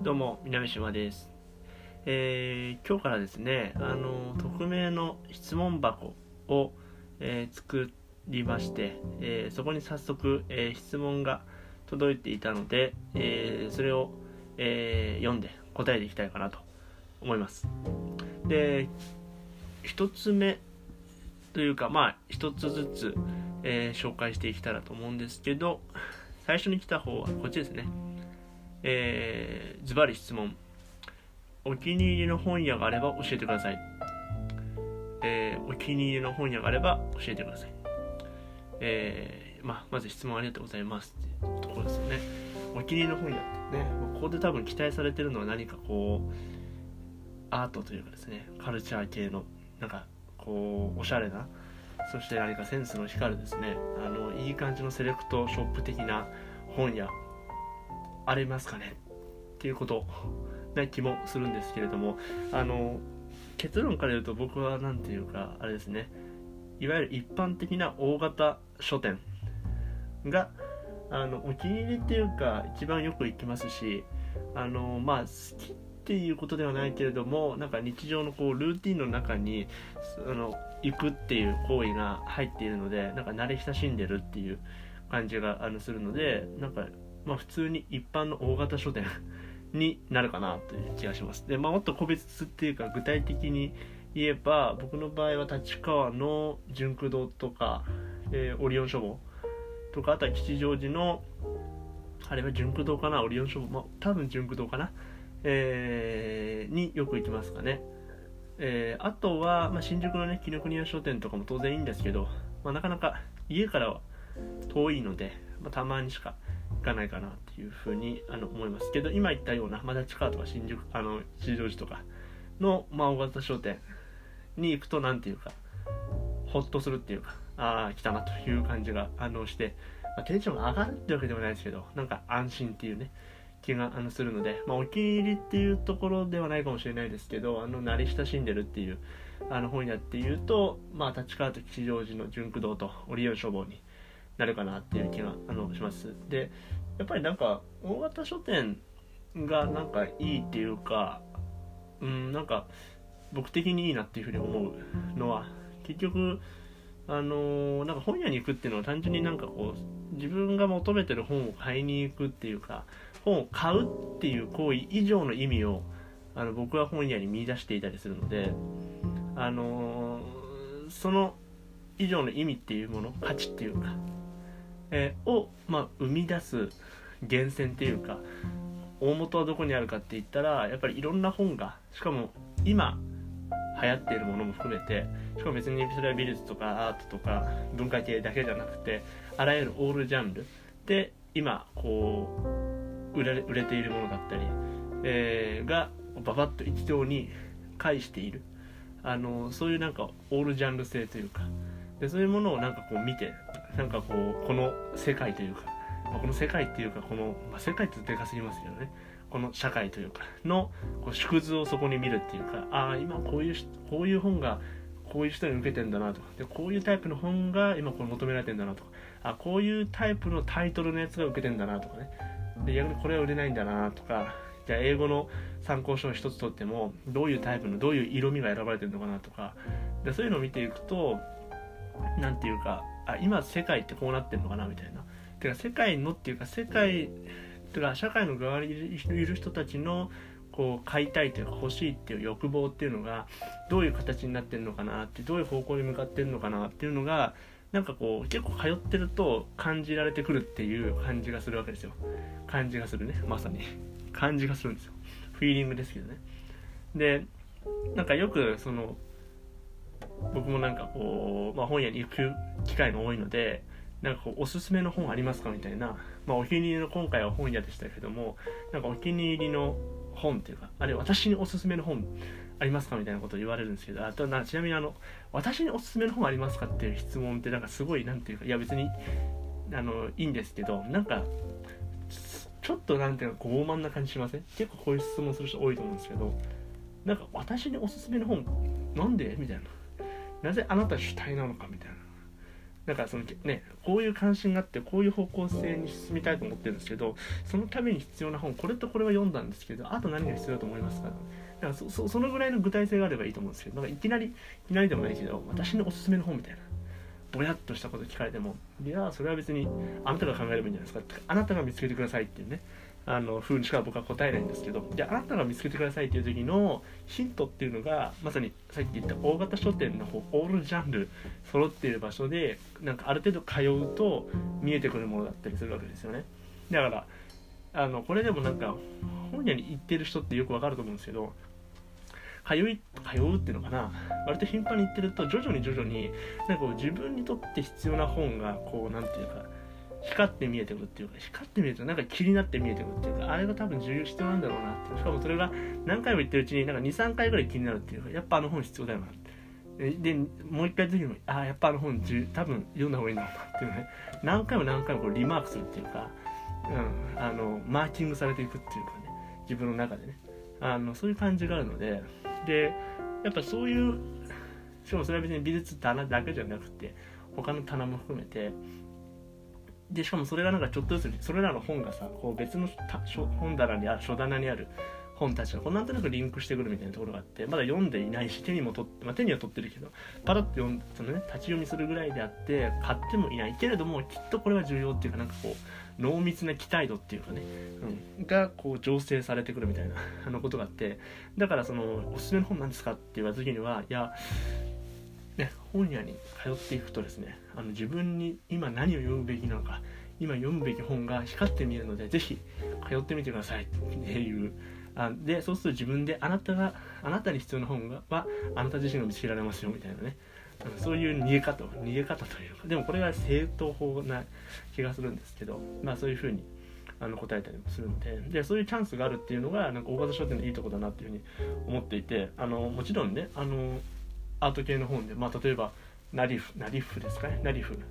どうも南島です。今日からですね、匿名の質問箱を、作りまして、そこに早速、質問が届いていたので、それを、読んで答えていきたいかなと思います。で、一つ目というか、一つずつ、紹介していけたらと思うんですけど、最初に来た方はこっちですね。ズバリ質問。お気に入りの本屋があれば教えてください。お気に入りの本屋があれば教えてください。まず質問ありがとうございますっていうところですよね。お気に入りの本屋ってね、ここで多分期待されてるのは何かこうアートというかですね、カルチャー系のなんかこうおしゃれな、そして何かセンスの光るですね、いい感じのセレクトショップ的な本屋ありますかねっていうことな気もするんですけれども、結論から言うと僕はなんていうかあれですね、いわゆる一般的な大型書店がお気に入りっていうか一番よく行きますし、好きっていうことではないけれども、なんか日常のこうルーティンの中に行くっていう行為が入っているので、なんか慣れ親しんでるっていう感じがするので、なんか普通に一般の大型書店になるかなという気がします。で、もっと個別っていうか具体的に言えば、僕の場合は立川の純駆堂とか、オリオン書房とか、あとは吉祥寺のあれは純駆堂かな、オリオン書房、多分純駆堂かな、によく行きますかね。あとは、新宿のね紀伊国屋書店とかも当然いいんですけど、なかなか家からは遠いので、たまにしか行かないかなっていうふうに思いますけど、今言ったような立川とか新宿吉祥寺とかの、大型商店に行くとなんていうかホッとするっていうか、来たなという感じがして、テンションが上がるってわけでもないですけど、なんか安心っていうね気がするので、お気に入りっていうところではないかもしれないですけど、慣れ親しんでるっていう本屋っていうと、立川と吉祥寺の純駆堂とオリオン書房になるかなっていう気がします。で、やっぱりなんか大型書店がなんかいいっていうか、なんか僕的にいいなっていうふうに思うのは、結局なんか本屋に行くっていうのは単純になんかこう自分が求めてる本を買いに行くっていうか、本を買うっていう行為以上の意味を僕は本屋に見出していたりするので、その以上の意味っていうもの、価値っていうか、を、生み出す源泉っていうか、大元はどこにあるかって言ったら、やっぱりいろんな本が、しかも今流行っているものも含めて、しかも別にそれは美術とかアートとか文化系だけじゃなくて、あらゆるオールジャンルで今こう売れているものだったり、がババッと一堂に会している、そういうなんかオールジャンル性というかで、そういうものをなんかこう見て、なんかこうこの世界というか、この世界っていうかこの、世界ってでかすぎますけどね、この社会というかのこう縮図をそこに見るっていうか、今こういう本がこういう人に受けてんだなとか、でこういうタイプの本が今これ求められてんだなとか、こういうタイプのタイトルのやつが受けてんだなとかね、で逆にこれは売れないんだなとか、じゃあ英語の参考書を一つ取ってもどういうタイプのどういう色味が選ばれてるのかなとかで、そういうのを見ていくと、なんていうか、今世界ってこうなってるのかなみたいな、てか世界のっていうか、世界とか社会の側にいる人たちのこう買いたいというか欲しいっていう欲望っていうのがどういう形になってるのかなって、どういう方向に向かってるのかなっていうのが、なんかこう結構通ってると感じられてくるっていう感じがするわけですよ。感じがするね、まさに感じがするんですよ。フィーリングですけどね。で、なんかよく僕もなんかこう、本屋に行く機会が多いので、なんかこうおすすめの本ありますかみたいな、お気に入りの、今回は本屋でしたけども、なんかお気に入りの本っていうか、あれ私におすすめの本ありますかみたいなことを言われるんですけど、ちなみに私におすすめの本ありますかっていう質問ってなんかすごいなんていうか、いや別にいいんですけど、なんかちょっとなんていうか傲慢な感じしません？結構こういう質問する人多いと思うんですけど、なんか私におすすめの本なんでみたいな、なぜあなた主体なのかみたいな、 なんかそのね、こういう関心があってこういう方向性に進みたいと思ってるんですけど、そのために必要な本これとこれは読んだんですけど、あと何が必要だと思いますか。だからそのぐらいの具体性があればいいと思うんですけど、なんかいきなりでもないけど、私のおすすめの本みたいなぼやっとしたこと聞かれても、いやそれは別にあなたが考えればいいんじゃないですかって、あなたが見つけてくださいっていうね風にしか僕は答えないんですけど、であなたが見つけてくださいっていう時のヒントっていうのが、まさにさっき言った大型書店のオールジャンル揃っている場所でなんかある程度通うと見えてくるものだったりするわけですよね。だからこれでもなんか本屋に行ってる人ってよくわかると思うんですけど、通うっていうのかな、割と頻繁に行ってると徐々になんかこう自分にとって必要な本がこうなんていうか光って見えてくるっていうか、光って見えてなんか気になって見えてくるっていうか、あれが多分必要なんだろうなって。しかもそれが何回も言ってるうちになんか 2,3 回ぐらい気になるっていうか、やっぱあの本必要だよなって。でもう一回の時にもやっぱあの本多分読んだ方がいいんだろうなっていうね、何回もこうリマークするっていうか、マーキングされていくっていうかね、自分の中でねそういう感じがあるので、やっぱそういう、しかもそれは別に美術棚だけじゃなくて他の棚も含めて、でしかもそれがなんかちょっとずつそれらの本がさこう別の本棚にある書棚にある本たちがこうなんとなくリンクしてくるみたいなところがあって、まだ読んでいないし手には取ってるけどパラッと立ち読みするぐらいであって買ってもいないけれども、きっとこれは重要っていうか、なんかこう濃密な期待度っていうかね、がこう醸成されてくるみたいなことがあって、だからそのおすすめの本なんですかって言われた時には、いやね、本屋に通っていくとですね、自分に今何を読むべきなのか、今読むべき本が光って見えるのでぜひ通ってみてくださいっていうで、そうすると自分であなたに必要な本はあなた自身が見つけられますよみたいなね、そういう逃げ方というか、でもこれは正当法な気がするんですけど、そういうふうに答えたりもするので、そういうチャンスがあるっていうのがなんか大型書店のいいところだなっていうふうに思っていて、もちろんねアート系の本で、例えばナリフですかね、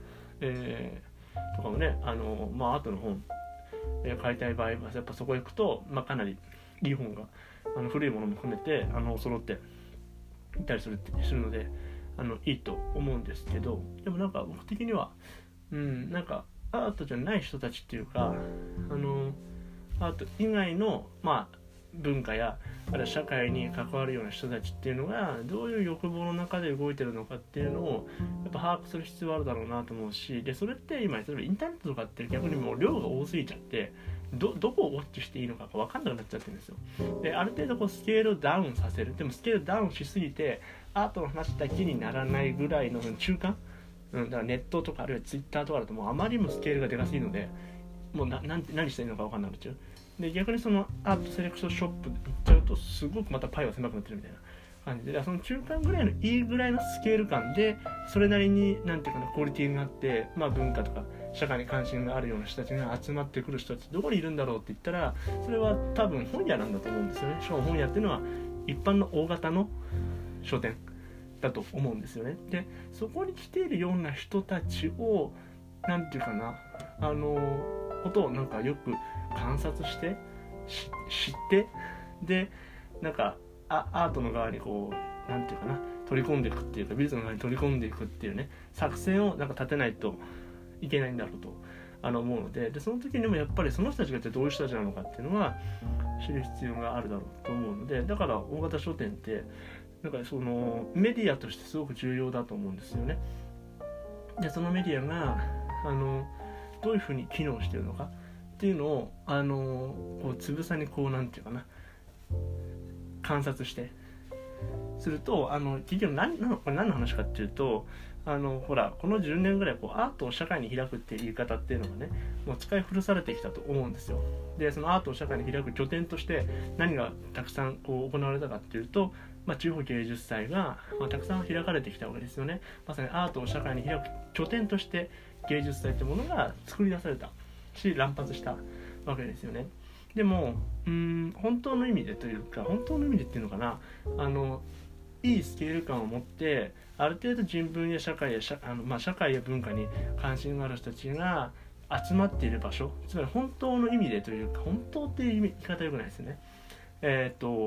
とかもねアートの本、買いたい場合はやっぱそこ行くと、かなりいい本が古いものも含めて揃っていたりするのでいいと思うんですけど、でもなんか僕的にはなんかアートじゃない人たちっていうかアート以外の文化やあるいは社会に関わるような人たちっていうのがどういう欲望の中で動いてるのかっていうのをやっぱ把握する必要はあるだろうなと思うし、でそれって今例えばインターネットとかって逆にもう量が多すぎちゃってどこをウォッチしていいのか分かんなくなっちゃってるんですよ。である程度こうスケールをダウンさせる、でもスケールダウンしすぎてアートの話だけにならないぐらいの中間、だからネットとかあるいはツイッターとかだともうあまりにもスケールがでかすぎるので、もう何していいのか分かんなくなっちゃう。で逆にそのアートセレクションショップ行っちゃうとすごくまたパイが狭くなってるみたいな感じで、その中間ぐらいのいいぐらいのスケール感でそれなりになんていうかなクオリティがあって、文化とか社会に関心があるような人たちが集まってくる人たちどこにいるんだろうって言ったら、それは多分本屋なんだと思うんですよね。しかも本屋っていうのは一般の大型の書店だと思うんですよね。でそこに来ているような人たちをなんていうかなことをなんかよく観察して知って、でなんかアートの側にこうなんていうかな取り込んでいくっていうか、美術の側に取り込んでいくっていうね作戦をなんか立てないといけないんだろうと思うので、その時にもやっぱりその人たちがどういう人たちなのかっていうのは知る必要があるだろうと思うので、だから大型書店ってなんかそのメディアとしてすごく重要だと思うんですよね。でそのメディアがどういうふうに機能しているのかっていうのをこうつぶさにこうなんていうかな観察してすると結局これ何の話かっていうとほらこの10年ぐらいこうアートを社会に開くっていう言い方っていうのがねもう使い古されてきたと思うんですよ。でそのアートを社会に開く拠点として何がたくさんこう行われたかっていうと、地方芸術祭が、たくさん開かれてきたわけですよね。まさにアートを社会に開く拠点として芸術祭というものが作り出されたし乱発したわけですよね。でも本当の意味でっていうのかないいスケール感を持ってある程度人文や社会や社会や文化に関心がある人たちが集まっている場所、つまり本当の意味でというか、本当っていう言い方よくないですよね。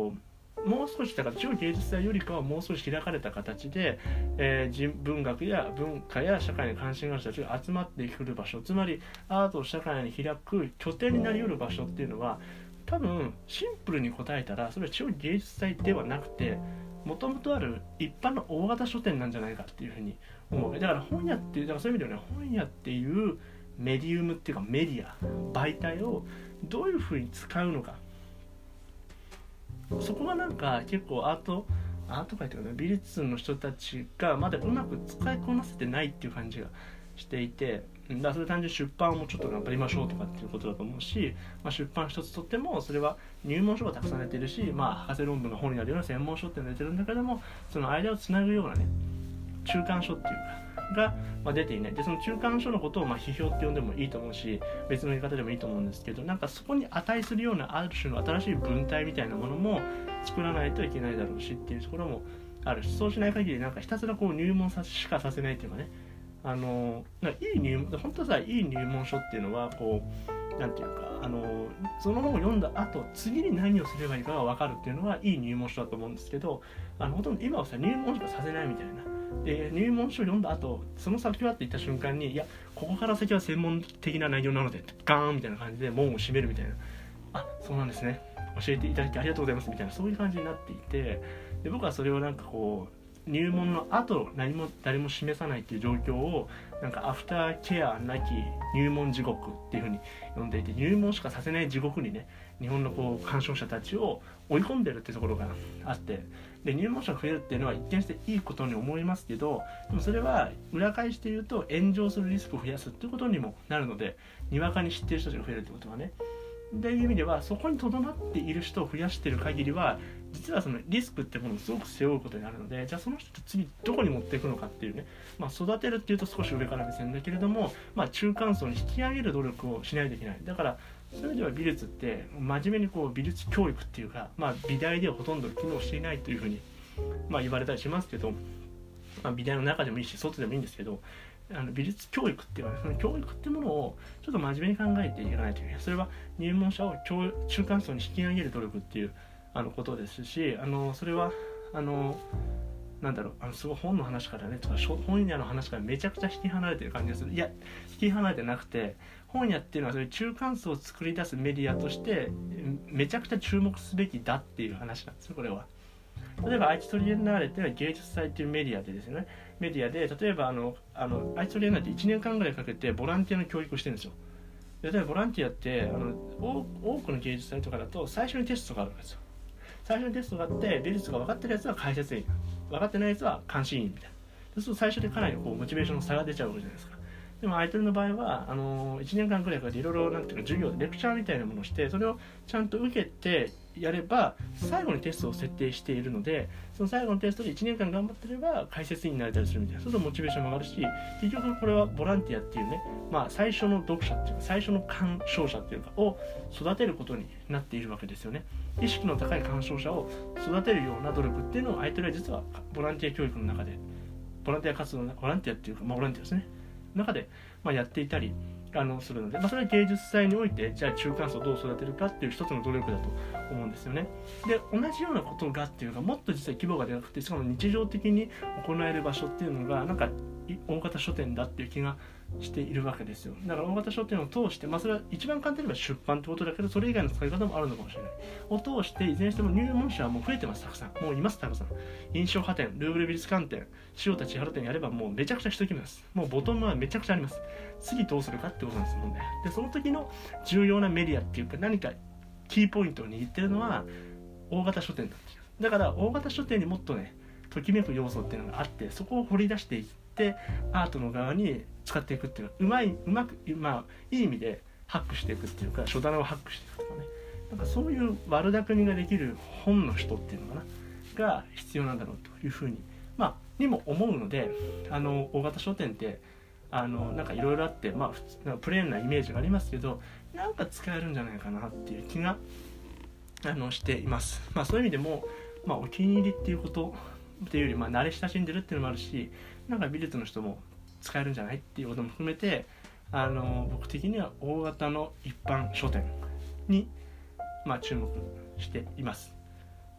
もう少しだから地方芸術祭よりかはもう少し開かれた形で、文学や文化や社会に関心がある人たちが集まってくる場所、つまりアートを社会に開く拠点になり得る場所っていうのは、多分シンプルに答えたらそれは地方芸術祭ではなくて、もともとある一般の大型書店なんじゃないかっていうふうに思う。だから本屋っていう、だからそういう意味ではね、本屋っていうメディウムっていうかメディア、媒体をどういうふうに使うのか、そこがなんか結構アート界というかね、美術の人たちがまだうまく使いこなせてないっていう感じがしていて、だからそれ単純に出版をもうちょっと頑張りましょうとかっていうことだと思うし、出版一つとってもそれは入門書がたくさん出てるし、博士論文が本になるような専門書って出てるんだけども、その間をつなぐようなね中間書っていうかが、出ていない。でその中間書のことを批評って呼んでもいいと思うし、別の言い方でもいいと思うんですけど、なんかそこに値するようなある種の新しい文体みたいなものも作らないといけないだろうしっていうところもあるし、そうしない限りなんかひたすらこう入門しかさせないっていうかね、いい入門、本当はさ、いい入門書っていうのはこうなんていうか、その本を読んだ後次に何をすればいいかが分かるっていうのがいい入門書だと思うんですけど、ほとんど今はさ入門しかさせないみたいな。で入門書を読んだ後その先はって言った瞬間に、いやここから先は専門的な内容なのでガーンみたいな感じで門を閉めるみたいな、そうなんですね、教えていただきありがとうございますみたいな、そういう感じになっていて、で僕はそれをなんかこう入門の後誰も示さないっていう状況をなんかアフターケアなき入門地獄っていう風に呼んでいて、入門しかさせない地獄にね日本のこう鑑賞者たちを追い込んでるっていうところがあって、で入門者が増えるっていうのは一見していいことに思いますけど、でもそれは裏返して言うと炎上するリスクを増やすっていうことにもなるので、にわかに知ってる人たちが増えるってことはね、という意味ではそこにとどまっている人を増やしている限りは実はそのリスクってものをすごく背負うことになるので、じゃあその人と次どこに持っていくのかっていうね、育てるっていうと少し上から目線だけれども、中間層に引き上げる努力をしないといけない。だからそういう意味では美術って真面目にこう美術教育っていうか、美大ではほとんど機能していないというふうに言われたりしますけど、美大の中でもいいし外でもいいんですけど、美術教育っていうかね、その教育っていうものをちょっと真面目に考えていかないといけない。それは入門者を中間層に引き上げる努力っていうことですし、それはすごい本の話からねとか本屋の話からめちゃくちゃ引き離れてる感じがする。いや引き離れてなくて、本屋っていうのはそういう中間層を作り出すメディアとしてめちゃくちゃ注目すべきだっていう話なんですよ、これは。例えば愛知トリエンナーレっていうのは芸術祭っていうメディアでですね、メディアで例えば愛知トリエンナーレって1年間ぐらいかけてボランティアの教育をしてるんですよ。例えばボランティアって多くの芸術祭とかだと最初にテストがあるんですよ。最初にテストがあって、美術が分かってるやつは解説員、分かってないやつは監視員みたいな。そうすると最初でかなりこうモチベーションの差が出ちゃうわけじゃないですか。でもアイドルの場合は1年間くらいからいろいろ授業でレクチャーみたいなものをして、それをちゃんと受けてやれば最後にテストを設定しているので、その最後のテストで1年間頑張ってれば解説員になれたりするみたいな。そうするとモチベーションも上がるし、結局これはボランティアっていうね、最初の読者っていうか最初の鑑賞者っていうかを育てることになっているわけですよね。意識の高い鑑賞者を育てるような努力っていうのをアイドルは実はボランティア教育の中で、ボランティア活動のボランティアっていうか、ボランティアですね中でやっていたりするので、それは芸術祭においてじゃあ中間層をどう育てるかっていう一つの努力だと思うんですよね。で同じようなことがっていうか、もっと実は規模がでかくてしかも日常的に行える場所っていうのがなんか大型書店だっていう気がしているわけですよ。だから大型書店を通して、それは一番簡単に言えば出版ってことだけど、それ以外の使い方もあるのかもしれないを通して、いずれにしても入門者はもう増えてます。たくさんもういます。たくさん印象派店、ルーブル美術館店、塩田千春店やればもうめちゃくちゃ人来ます。もうボトムはめちゃくちゃあります。次どうするかってことなんですもんね。でその時の重要なメディアっていうか何かキーポイントを握ってるのは大型書店だっていう。だから大型書店にもっとねときめく要素っていうのがあって、そこを掘り出していってアートの側に使っていくっていうのはうまくいい意味でハックしていくっていうか、書棚をハックしていくとかね、なんかそういう悪巧みができる本の人っていうのかなが必要なんだろうというふうににも思うので、大型書店ってなんかいろいろあって、普通プレーンなイメージがありますけど、なんか使えるんじゃないかなっていう気がしています。そういう意味でも、お気に入りっていうことっていうより慣れ親しんでるっていうのもあるし、なんか美術の人も使えるんじゃないっていうことも含めて、僕的には大型の一般書店に、注目しています。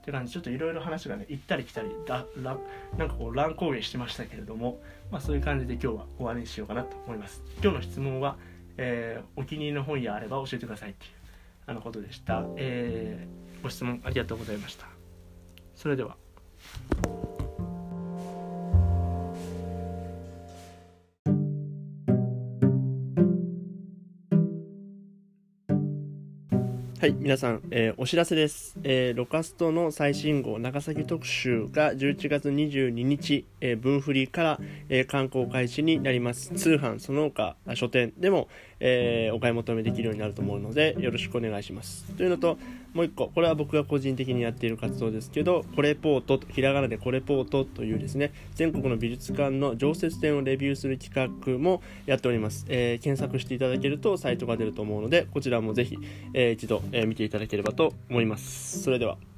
って感じでちょっといろいろ話がね行ったり来たりなんかこう乱高下してましたけれども、そういう感じで今日は終わりにしようかなと思います。今日の質問は、お気に入りの本屋あれば教えてくださいっていうことでした。ご質問ありがとうございました。それでは。はい、皆さん、お知らせです。ロカストの最新号長崎特集が11月22日、分振りから、刊行開始になります。通販その他書店でも、お買い求めできるようになると思うのでよろしくお願いします。というのと、もう一個、これは僕が個人的にやっている活動ですけど、コレポート、ひらがなでコレポートというですね、全国の美術館の常設展をレビューする企画もやっております。検索していただけるとサイトが出ると思うので、こちらもぜひ、一度見ていただければと思います。それでは。